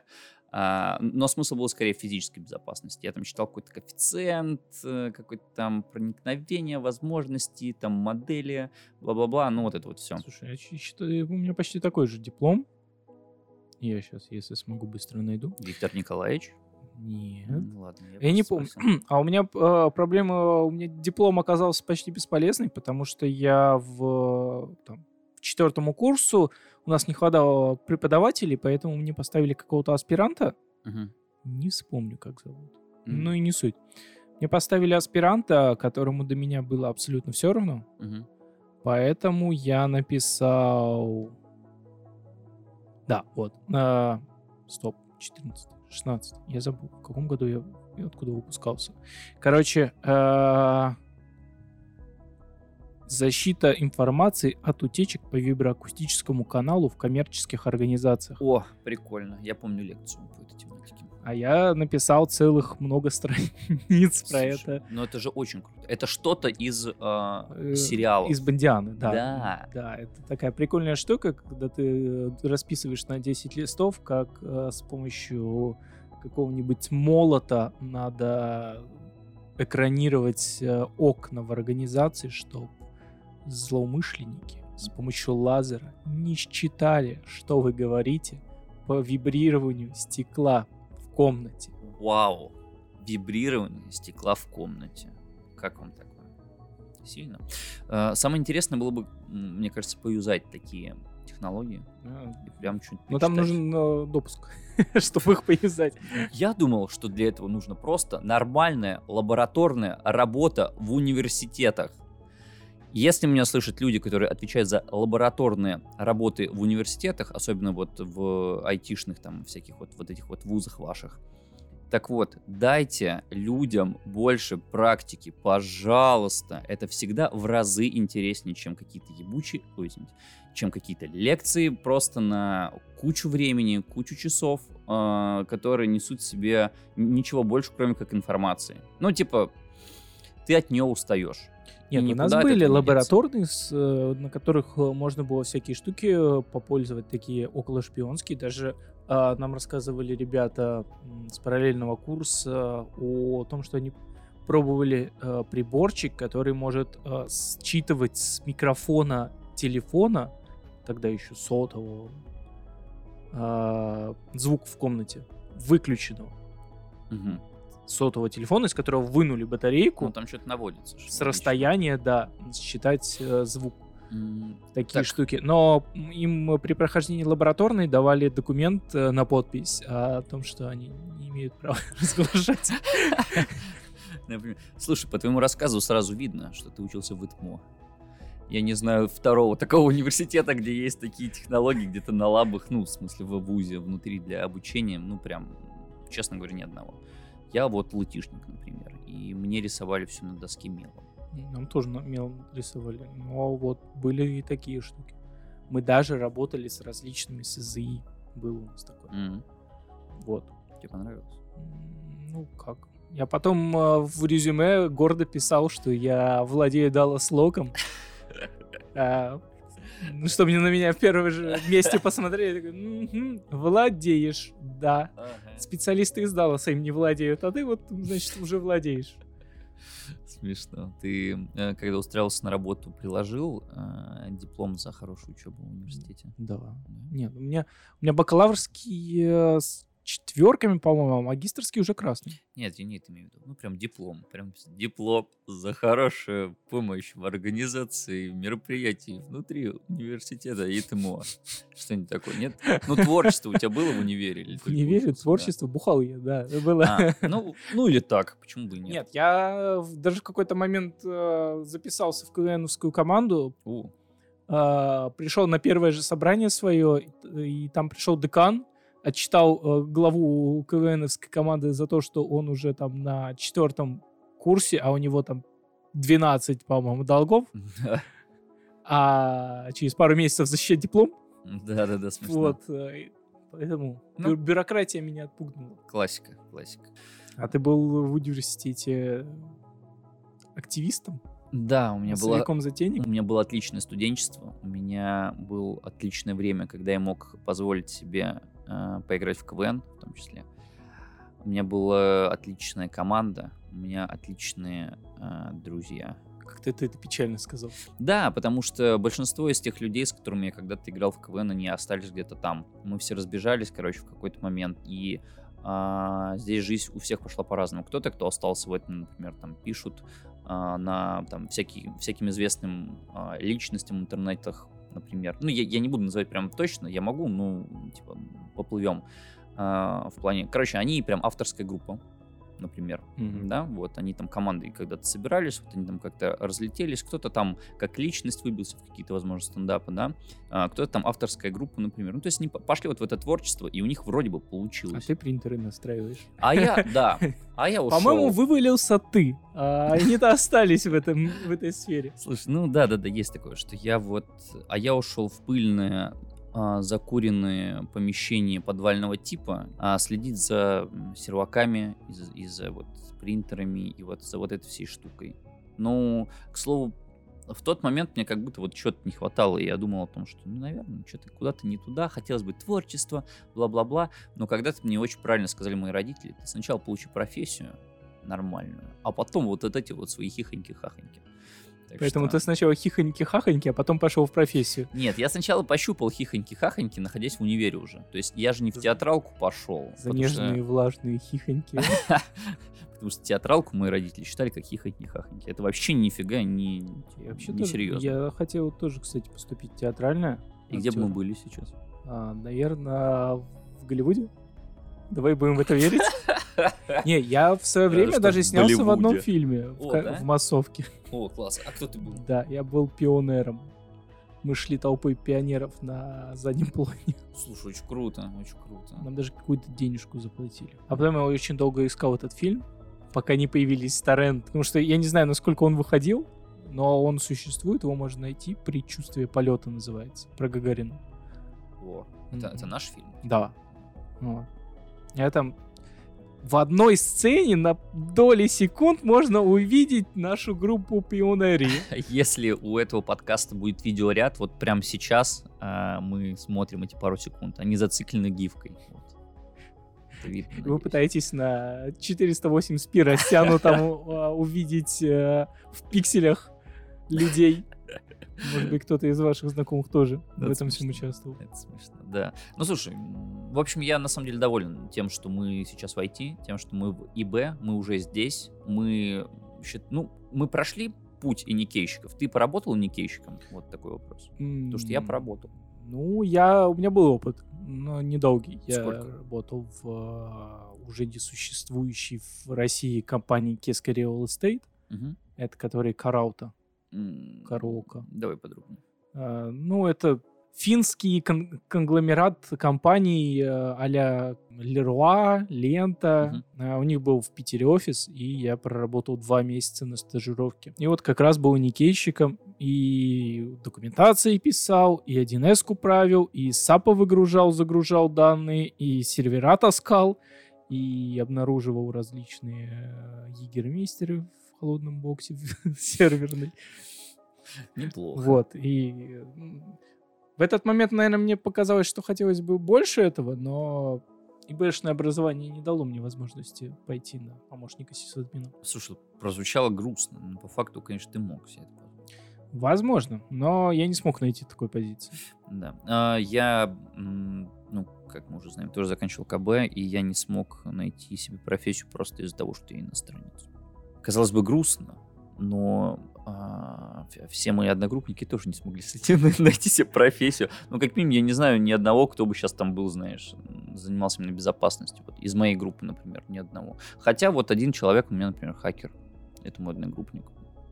Но смысл был скорее в физической безопасности. Я там читал какой-то коэффициент, какое-то там проникновение, возможности, там модели, бла-бла-бла, ну вот это вот все. Слушай, я считаю, у меня почти такой же диплом. Я сейчас, если смогу, быстро найду. Виктор Николаевич? Нет. Ладно, Я не помню. А у меня проблема, у меня диплом оказался почти бесполезный, потому что я в 4 курсу у нас не хватало преподавателей, поэтому мне поставили какого-то аспиранта. Не вспомню, как зовут. Ну и не суть. Мне поставили аспиранта, которому до меня было абсолютно все равно. Поэтому я написал... Да, вот. 14, 16. Я забыл, в каком году я откуда выпускался. Короче, защита информации от утечек по виброакустическому каналу в коммерческих организациях. О, прикольно. Я помню лекцию по этой тематике. А я написал целых много страниц про это. Ну это же очень круто. Это что-то из сериалов. Из Бондианы, да. Да. Да, это такая прикольная штука, когда ты расписываешь на 10 листов, как с помощью какого-нибудь молота надо экранировать окна в организации, чтобы злоумышленники с помощью лазера не считали, что вы говорите по вибрированию стекла в комнате. Вау. Вибрирование стекла в комнате. Как вам такое? Сильно. Самое интересное было бы, мне кажется, поюзать такие технологии. И прям что-нибудь Но там нужен допуск, чтобы их поюзать. Я думал, что для этого нужно просто нормальная лабораторная работа в университетах. Если меня слышат люди, которые отвечают за лабораторные работы в университетах, особенно вот в айтишных там всяких вот этих вот вузах ваших, Так вот, дайте людям больше практики, пожалуйста. Это всегда в разы интереснее, чем какие-то ебучие, чем какие-то лекции просто на кучу времени, кучу часов, которые несут в себе ничего больше, кроме как информации. Ну, типа, ты от нее устаешь. Нет, у нас были лабораторные, на которых можно было всякие штуки попользовать, такие околошпионские. Даже нам рассказывали ребята с параллельного курса о том, что они пробовали приборчик, который может считывать с микрофона телефона, тогда еще сотового, звук в комнате, выключенного. Угу. Сотового телефона, из которого вынули батарейку. Ну, там что-то наводится. С расстояния, да, считать звук. Такие так. штуки. Но им при прохождении лабораторной давали документ на подпись о том, что они не имеют права разглашать. Слушай, по твоему рассказу сразу видно, что ты учился в ИТМО. Я не знаю второго такого университета, где есть такие технологии, где-то на лабах, ну, в смысле, в вузе, внутри для обучения, ну, прям, честно говоря, ни одного. Я вот латишник, например, и мне рисовали все на доске мелом. Нам тоже мелом рисовали, но вот были и такие штуки. Мы даже работали с различными СЗИ, было у нас такое. Вот. Тебе понравилось? Ну, как? Я потом в резюме гордо писал, что я владею Dallas-локом. Ну, чтобы на меня в первом же месте посмотрели, такой, владеешь, да. Специалисты из Далласа им не владеют, а ты вот, значит, уже владеешь. Смешно. Ты, когда устраивался на работу, приложил диплом за хорошую учебу в университете? Да. Нет, у меня бакалаврские с 4, по-моему, а магистерские уже красные. Нет, я не это имею в виду. Ну, прям диплом. Прям диплом за хорошую помощь в организации мероприятий внутри университета и ТМО. Что-нибудь такое, нет? Ну, творчество у тебя было в универе? Или в универе творчество, да? Бухал я, да. Было. Ну, или так, почему бы и нет? Нет, я даже в какой-то момент записался в КВНовскую команду. Пришел на первое же собрание свое, и там пришел декан, отчитал главу КВНовской команды за то, что он уже там на 4 курсе, а у него там 12, по-моему, долгов. А через пару месяцев защищать диплом. Да, смешно. Вот, поэтому бюрократия меня отпугнула. Классика. А ты был в университете активистом? Да, у меня было отличное студенчество, у меня было отличное время, когда я мог позволить себе поиграть в КВН, в том числе. У меня была отличная команда, у меня отличные друзья. Как ты это печально сказал. Да, потому что большинство из тех людей, с которыми я когда-то играл в КВН, они остались где-то там. Мы все разбежались, в какой-то момент, и здесь жизнь у всех пошла по-разному. Кто остался в этом, например, там пишут на там, всяким известным личностям в интернетах, например. Ну, я не буду называть прям точно, я могу, поплывем в плане... Короче, они прям авторская группа, например, да, вот, они там командой когда-то собирались, вот они там как-то разлетелись, кто-то там как личность выбился в какие-то, возможно, стендапы, да, кто-то там авторская группа, например, ну, то есть они пошли вот в это творчество, и у них вроде бы получилось. А ты принтеры настраиваешь. А я ушел. По-моему, вывалился ты, а они-то остались в этой сфере. Слушай, ну да, есть такое, что я ушел в пыльное закуренные помещения подвального типа, следить за серваками и за вот принтерами и вот за вот этой всей штукой. Ну, к слову, в тот момент мне как будто вот чего-то не хватало, и я думал о том, что, наверное, что-то куда-то не туда, хотелось бы творчество, бла-бла-бла, но когда-то мне очень правильно сказали мои родители, ты сначала получи профессию нормальную, а потом вот эти вот свои хихоньки-хахоньки. Поэтому ты сначала хихоньки-хахоньки, а потом пошел в профессию. Нет, я сначала пощупал хихоньки-хахоньки, находясь в универе уже. То есть я же не в театралку пошел. За нежные влажные хихоньки. Потому что театралку мои родители считали как хихоньки-хахоньки. Это вообще нифига не серьезно. Я хотел тоже, кстати, поступить в театральное. И где бы мы были сейчас? Наверное, в Голливуде. Давай будем в это верить. Не, я в свое время даже снялся в одном фильме в массовке. О, класс. А кто ты был? Да, я был пионером. Мы шли толпой пионеров на заднем плане. Слушай, очень круто, очень круто. Нам даже какую-то денежку заплатили. А потом я очень долго искал этот фильм, пока не появились торренты. Потому что я не знаю, насколько он выходил, но он существует, его можно найти. «Предчувствие полета» называется. Про Гагарина. О, это наш фильм? Да. Вот. Я там в одной сцене на доли секунд можно увидеть нашу группу «Пионерии». Если у этого подкаста будет видеоряд, вот прямо сейчас мы смотрим эти пару секунд. Они зациклены гифкой. Вот. Это видно, Вы надеюсь. пытаетесь на 480p растянутом увидеть в пикселях людей. Может быть, кто-то из ваших знакомых тоже в Это этом всем смешно. участвовал. Это смешно, да. Ну, слушай, в общем, я на самом деле доволен тем, что мы сейчас в IT, тем, что мы в ИБ, мы уже здесь, мы прошли путь иникейщиков. Ты поработал иникейщиком? Вот такой вопрос. Потому что я поработал. Ну, у меня был опыт, но недолгий. Я Сколько? работал в уже несуществующей в России компании Keska Real Estate, Мгм. это который Караута. М, Караока. Давай подробнее. Ну, это финский конгломерат компаний а-ля Leroy, Лента. У них был в Питере офис, и я проработал 2 месяца на стажировке. И вот как раз был никейщиком, и документации писал, и 1С-ку правил, и САПа выгружал, загружал данные, и сервера таскал, и обнаруживал различные егермейстеры в холодном боксе серверный. Неплохо. Вот, и в этот момент, наверное, мне показалось, что хотелось бы больше этого, но ИБшное образование не дало мне возможности пойти на помощника сисадмина. Слушай, прозвучало грустно, но по факту, конечно, ты мог себе это позволить. Возможно, но я не смог найти такой позиции. Да. Я, как мы уже знаем, тоже заканчивал КБ, и я не смог найти себе профессию просто из-за того, что я иностранец. Казалось бы, грустно, но все мои одногруппники тоже не смогли найти себе профессию. Ну, как минимум, я не знаю ни одного, кто бы сейчас там был, знаешь, занимался именно безопасностью. Вот из моей группы, например, ни одного. Хотя вот один человек у меня, например, хакер. Это мой одногруппник.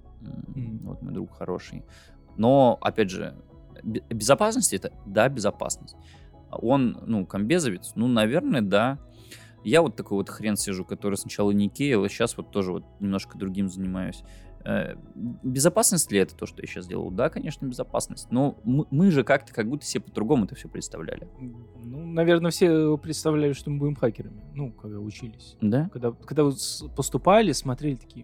Вот мой друг хороший. Но, опять же, безопасность это, да, безопасность. Он, комбезовец, наверное, да. Я вот такой вот хрен сижу, который сначала не кейл, а сейчас вот тоже вот немножко другим занимаюсь. Безопасность ли это то, что я сейчас делал? Да, конечно, безопасность. Но мы же как-то как будто себе по-другому это все представляли. Ну, наверное, все представляли, что мы будем хакерами. Ну, когда учились. Да? Когда вот поступали, смотрели такие: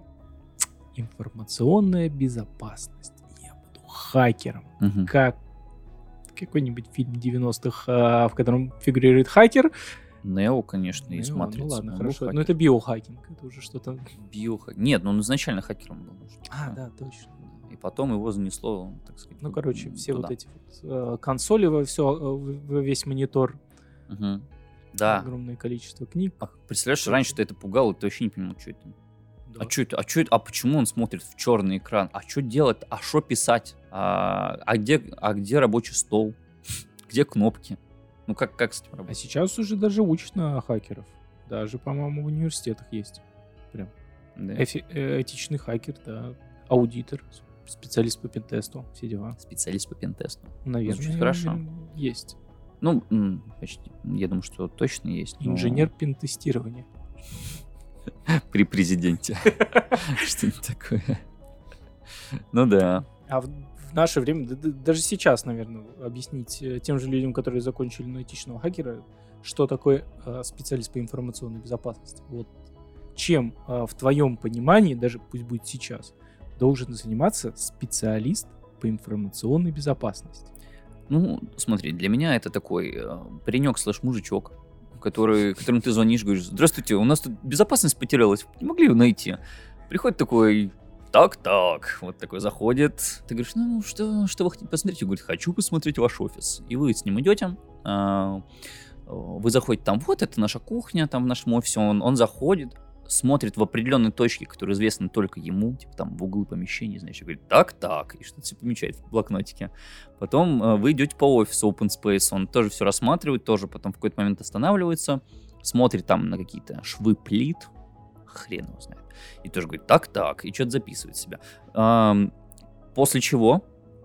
информационная безопасность. Я буду хакером. Мгм. Как какой-нибудь фильм 90-х, в котором фигурирует хакер. Нео, конечно, и Ну, смотрится. ну ладно, Он был хорошо. Но хакер. это биохакинг. Это уже что-то... Нет, он изначально хакером был. Да, точно. И потом его занесло, так сказать. Ну, короче, все туда. вот эти вот, консоли во весь монитор. Мгм. Да. Огромное количество книг. Представляешь, раньше ты это пугало, ты вообще не понимал, что это. Да. А что это? А почему он смотрит в черный экран? А что делать? А что писать? Где рабочий стол? Где кнопки? Ну как с этим А работать? сейчас уже даже учат на хакеров. Даже, по-моему, в университетах есть. Прям. Да. Этичный хакер, да. Аудитор, специалист по пентесту, все дела. Специалист по пентесту. Наверное, Звучит хорошо. есть. Ну, почти. Я думаю, что точно есть. но Инженер пентестирования. При президенте. Что-нибудь такое. Ну да. А в наше время, даже сейчас, наверное, объяснить тем же людям, которые закончили на этичного хакера, что такое специалист по информационной безопасности. Вот чем в твоем понимании, даже пусть будет сейчас, должен заниматься специалист по информационной безопасности? Ну, смотри, для меня это такой паренек/мужичок, которому ты звонишь, говоришь: здравствуйте, у нас тут безопасность потерялась, не могли ее найти? Приходит такой: так, вот такой заходит. Ты говоришь: ну, что вы хотите посмотреть? Он говорит: хочу посмотреть ваш офис. И вы с ним идете, вы заходите там, вот это наша кухня, там в нашем офисе, он заходит, смотрит в определенной точке, которая известна только ему, типа там в углы помещения, знаешь, и говорит: так, и что-то все помечает в блокнотике. Потом вы идете по офису Open Space, он тоже все рассматривает, тоже потом в какой-то момент останавливается, смотрит там на какие-то швы плит, хрен его знает, и тоже говорит: так, и что-то записывает себя. После чего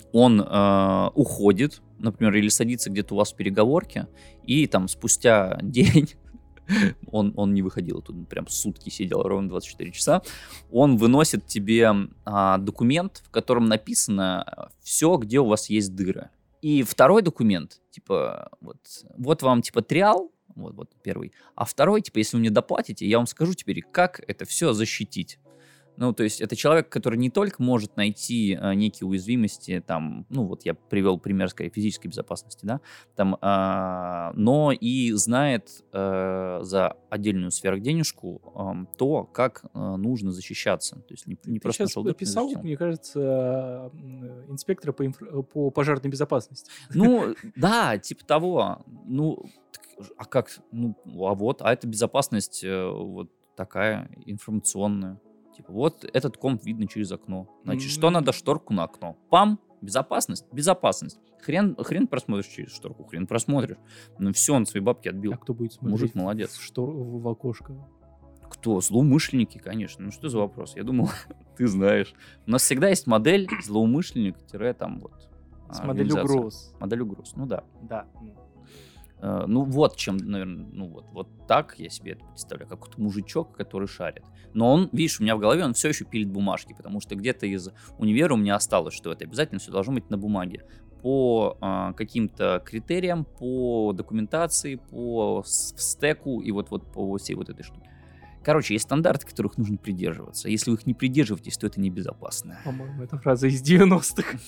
он уходит, например, или садится где-то у вас в переговорке, и там спустя день, он не выходил оттуда, прям сутки сидел, ровно 24 часа, он выносит тебе документ, в котором написано все, где у вас есть дыры. И второй документ, типа, вот вам, типа, триал, вот первый, а второй, типа, если вы мне доплатите, я вам скажу теперь, как это все защитить. Ну, то есть это человек, который не только может найти некие уязвимости, там, ну, вот я привел пример, скорее, физической безопасности, да, там, но и знает за отдельную сверхденежку то, как нужно защищаться. То есть не Ты просто сейчас нашел дырку и описал, защитил. мне кажется, инспектора по пожарной безопасности. Ну, да, типа того. Ну, а как? Ну, а это безопасность вот такая информационная. Типа, вот этот комп видно через окно. Значит, что надо? Шторку на окно. Пам! Безопасность? Безопасность. Хрен просмотришь через шторку, хрен просмотришь. Ну все, он свои бабки отбил. А кто будет смотреть Мужик молодец. в окошко? Кто? Злоумышленники, конечно. Ну что за вопрос? Я думал, ты знаешь. У нас всегда есть модель злоумышленник-там вот. С моделью организация. угроз. Модель угроз, ну да. Да. Ну вот чем, наверное, ну вот так я себе это представляю, как какой-то мужичок, который шарит. Но он, видишь, у меня в голове он все еще пилит бумажки, потому что где-то из универа у меня осталось, что это обязательно все должно быть на бумаге. По каким-то критериям, по документации, по стеку и вот по всей вот этой штуке. Короче, есть стандарты, которых нужно придерживаться. Если вы их не придерживаетесь, то это небезопасно. По-моему, это фраза из 90-х.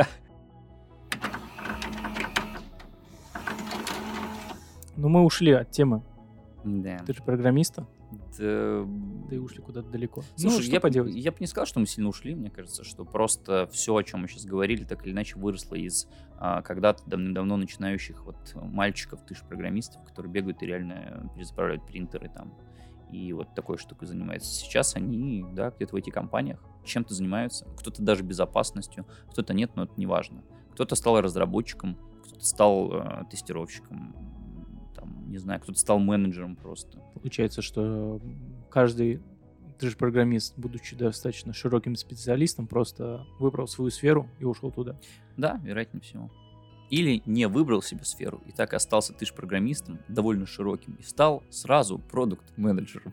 Ну, мы ушли от темы. Да. Ты же программиста. Да. Ты ушли куда-то далеко. Слушай, ну, что поделать? Я бы не сказал, что мы сильно ушли. Мне кажется, что просто все, о чем мы сейчас говорили, так или иначе выросло из когда-то давным-давно начинающих вот мальчиков, ты же программистов, которые бегают и реально перезаправляют принтеры там. И вот такой штукой занимаются. Сейчас они, да, где-то в IT-компаниях чем-то занимаются. Кто-то даже безопасностью, кто-то нет, но это не важно. Кто-то стал разработчиком, кто-то стал тестировщиком, там, не знаю, кто-то стал менеджером просто. Получается, что каждый, ты же программист, будучи достаточно широким специалистом, просто выбрал свою сферу и ушел туда. Да, вероятнее всего. Или не выбрал себе сферу и так остался ты же программистом, довольно широким, и стал сразу продукт-менеджером.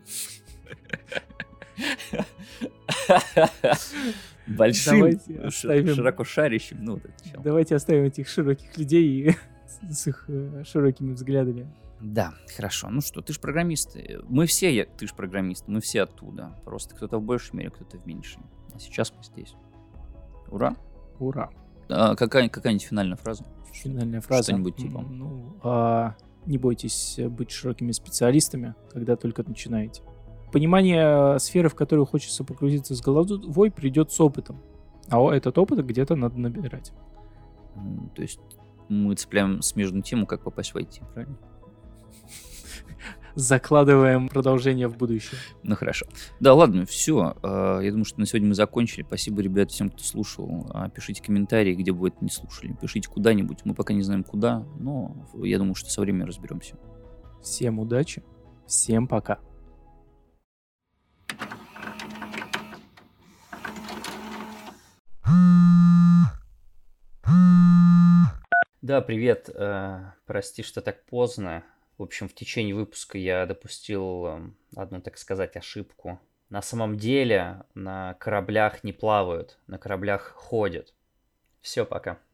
Большим, широко шарящим. Ну, давайте оставим этих широких людей с их широкими взглядами. Да, хорошо. Ну что, ты же программист. Мы все, ты же программист, мы все оттуда. Просто кто-то в большей мере, кто-то в меньшей. А сейчас мы здесь. Ура! Ура! Какая-нибудь финальная фраза? Финальная фраза. Что-нибудь типа. Не бойтесь быть широкими специалистами, когда только начинаете. Понимание сферы, в которую хочется погрузиться с головой, придет с опытом. А этот опыт где-то надо набирать. То есть мы цепляем смежную тему, как попасть в IT, правильно? Закладываем продолжение в будущее. Ну хорошо. Да, ладно, все. Я думаю, что на сегодня мы закончили. Спасибо, ребят, всем, кто слушал. Пишите комментарии, где бы вы это не слушали. Пишите куда-нибудь. Мы пока не знаем куда, но я думаю, что со временем разберемся. Всем удачи. Всем пока. Да, привет. Прости, что так поздно. В общем, в течение выпуска я допустил одну, так сказать, ошибку. На самом деле на кораблях не плавают, на кораблях ходят. Все, пока.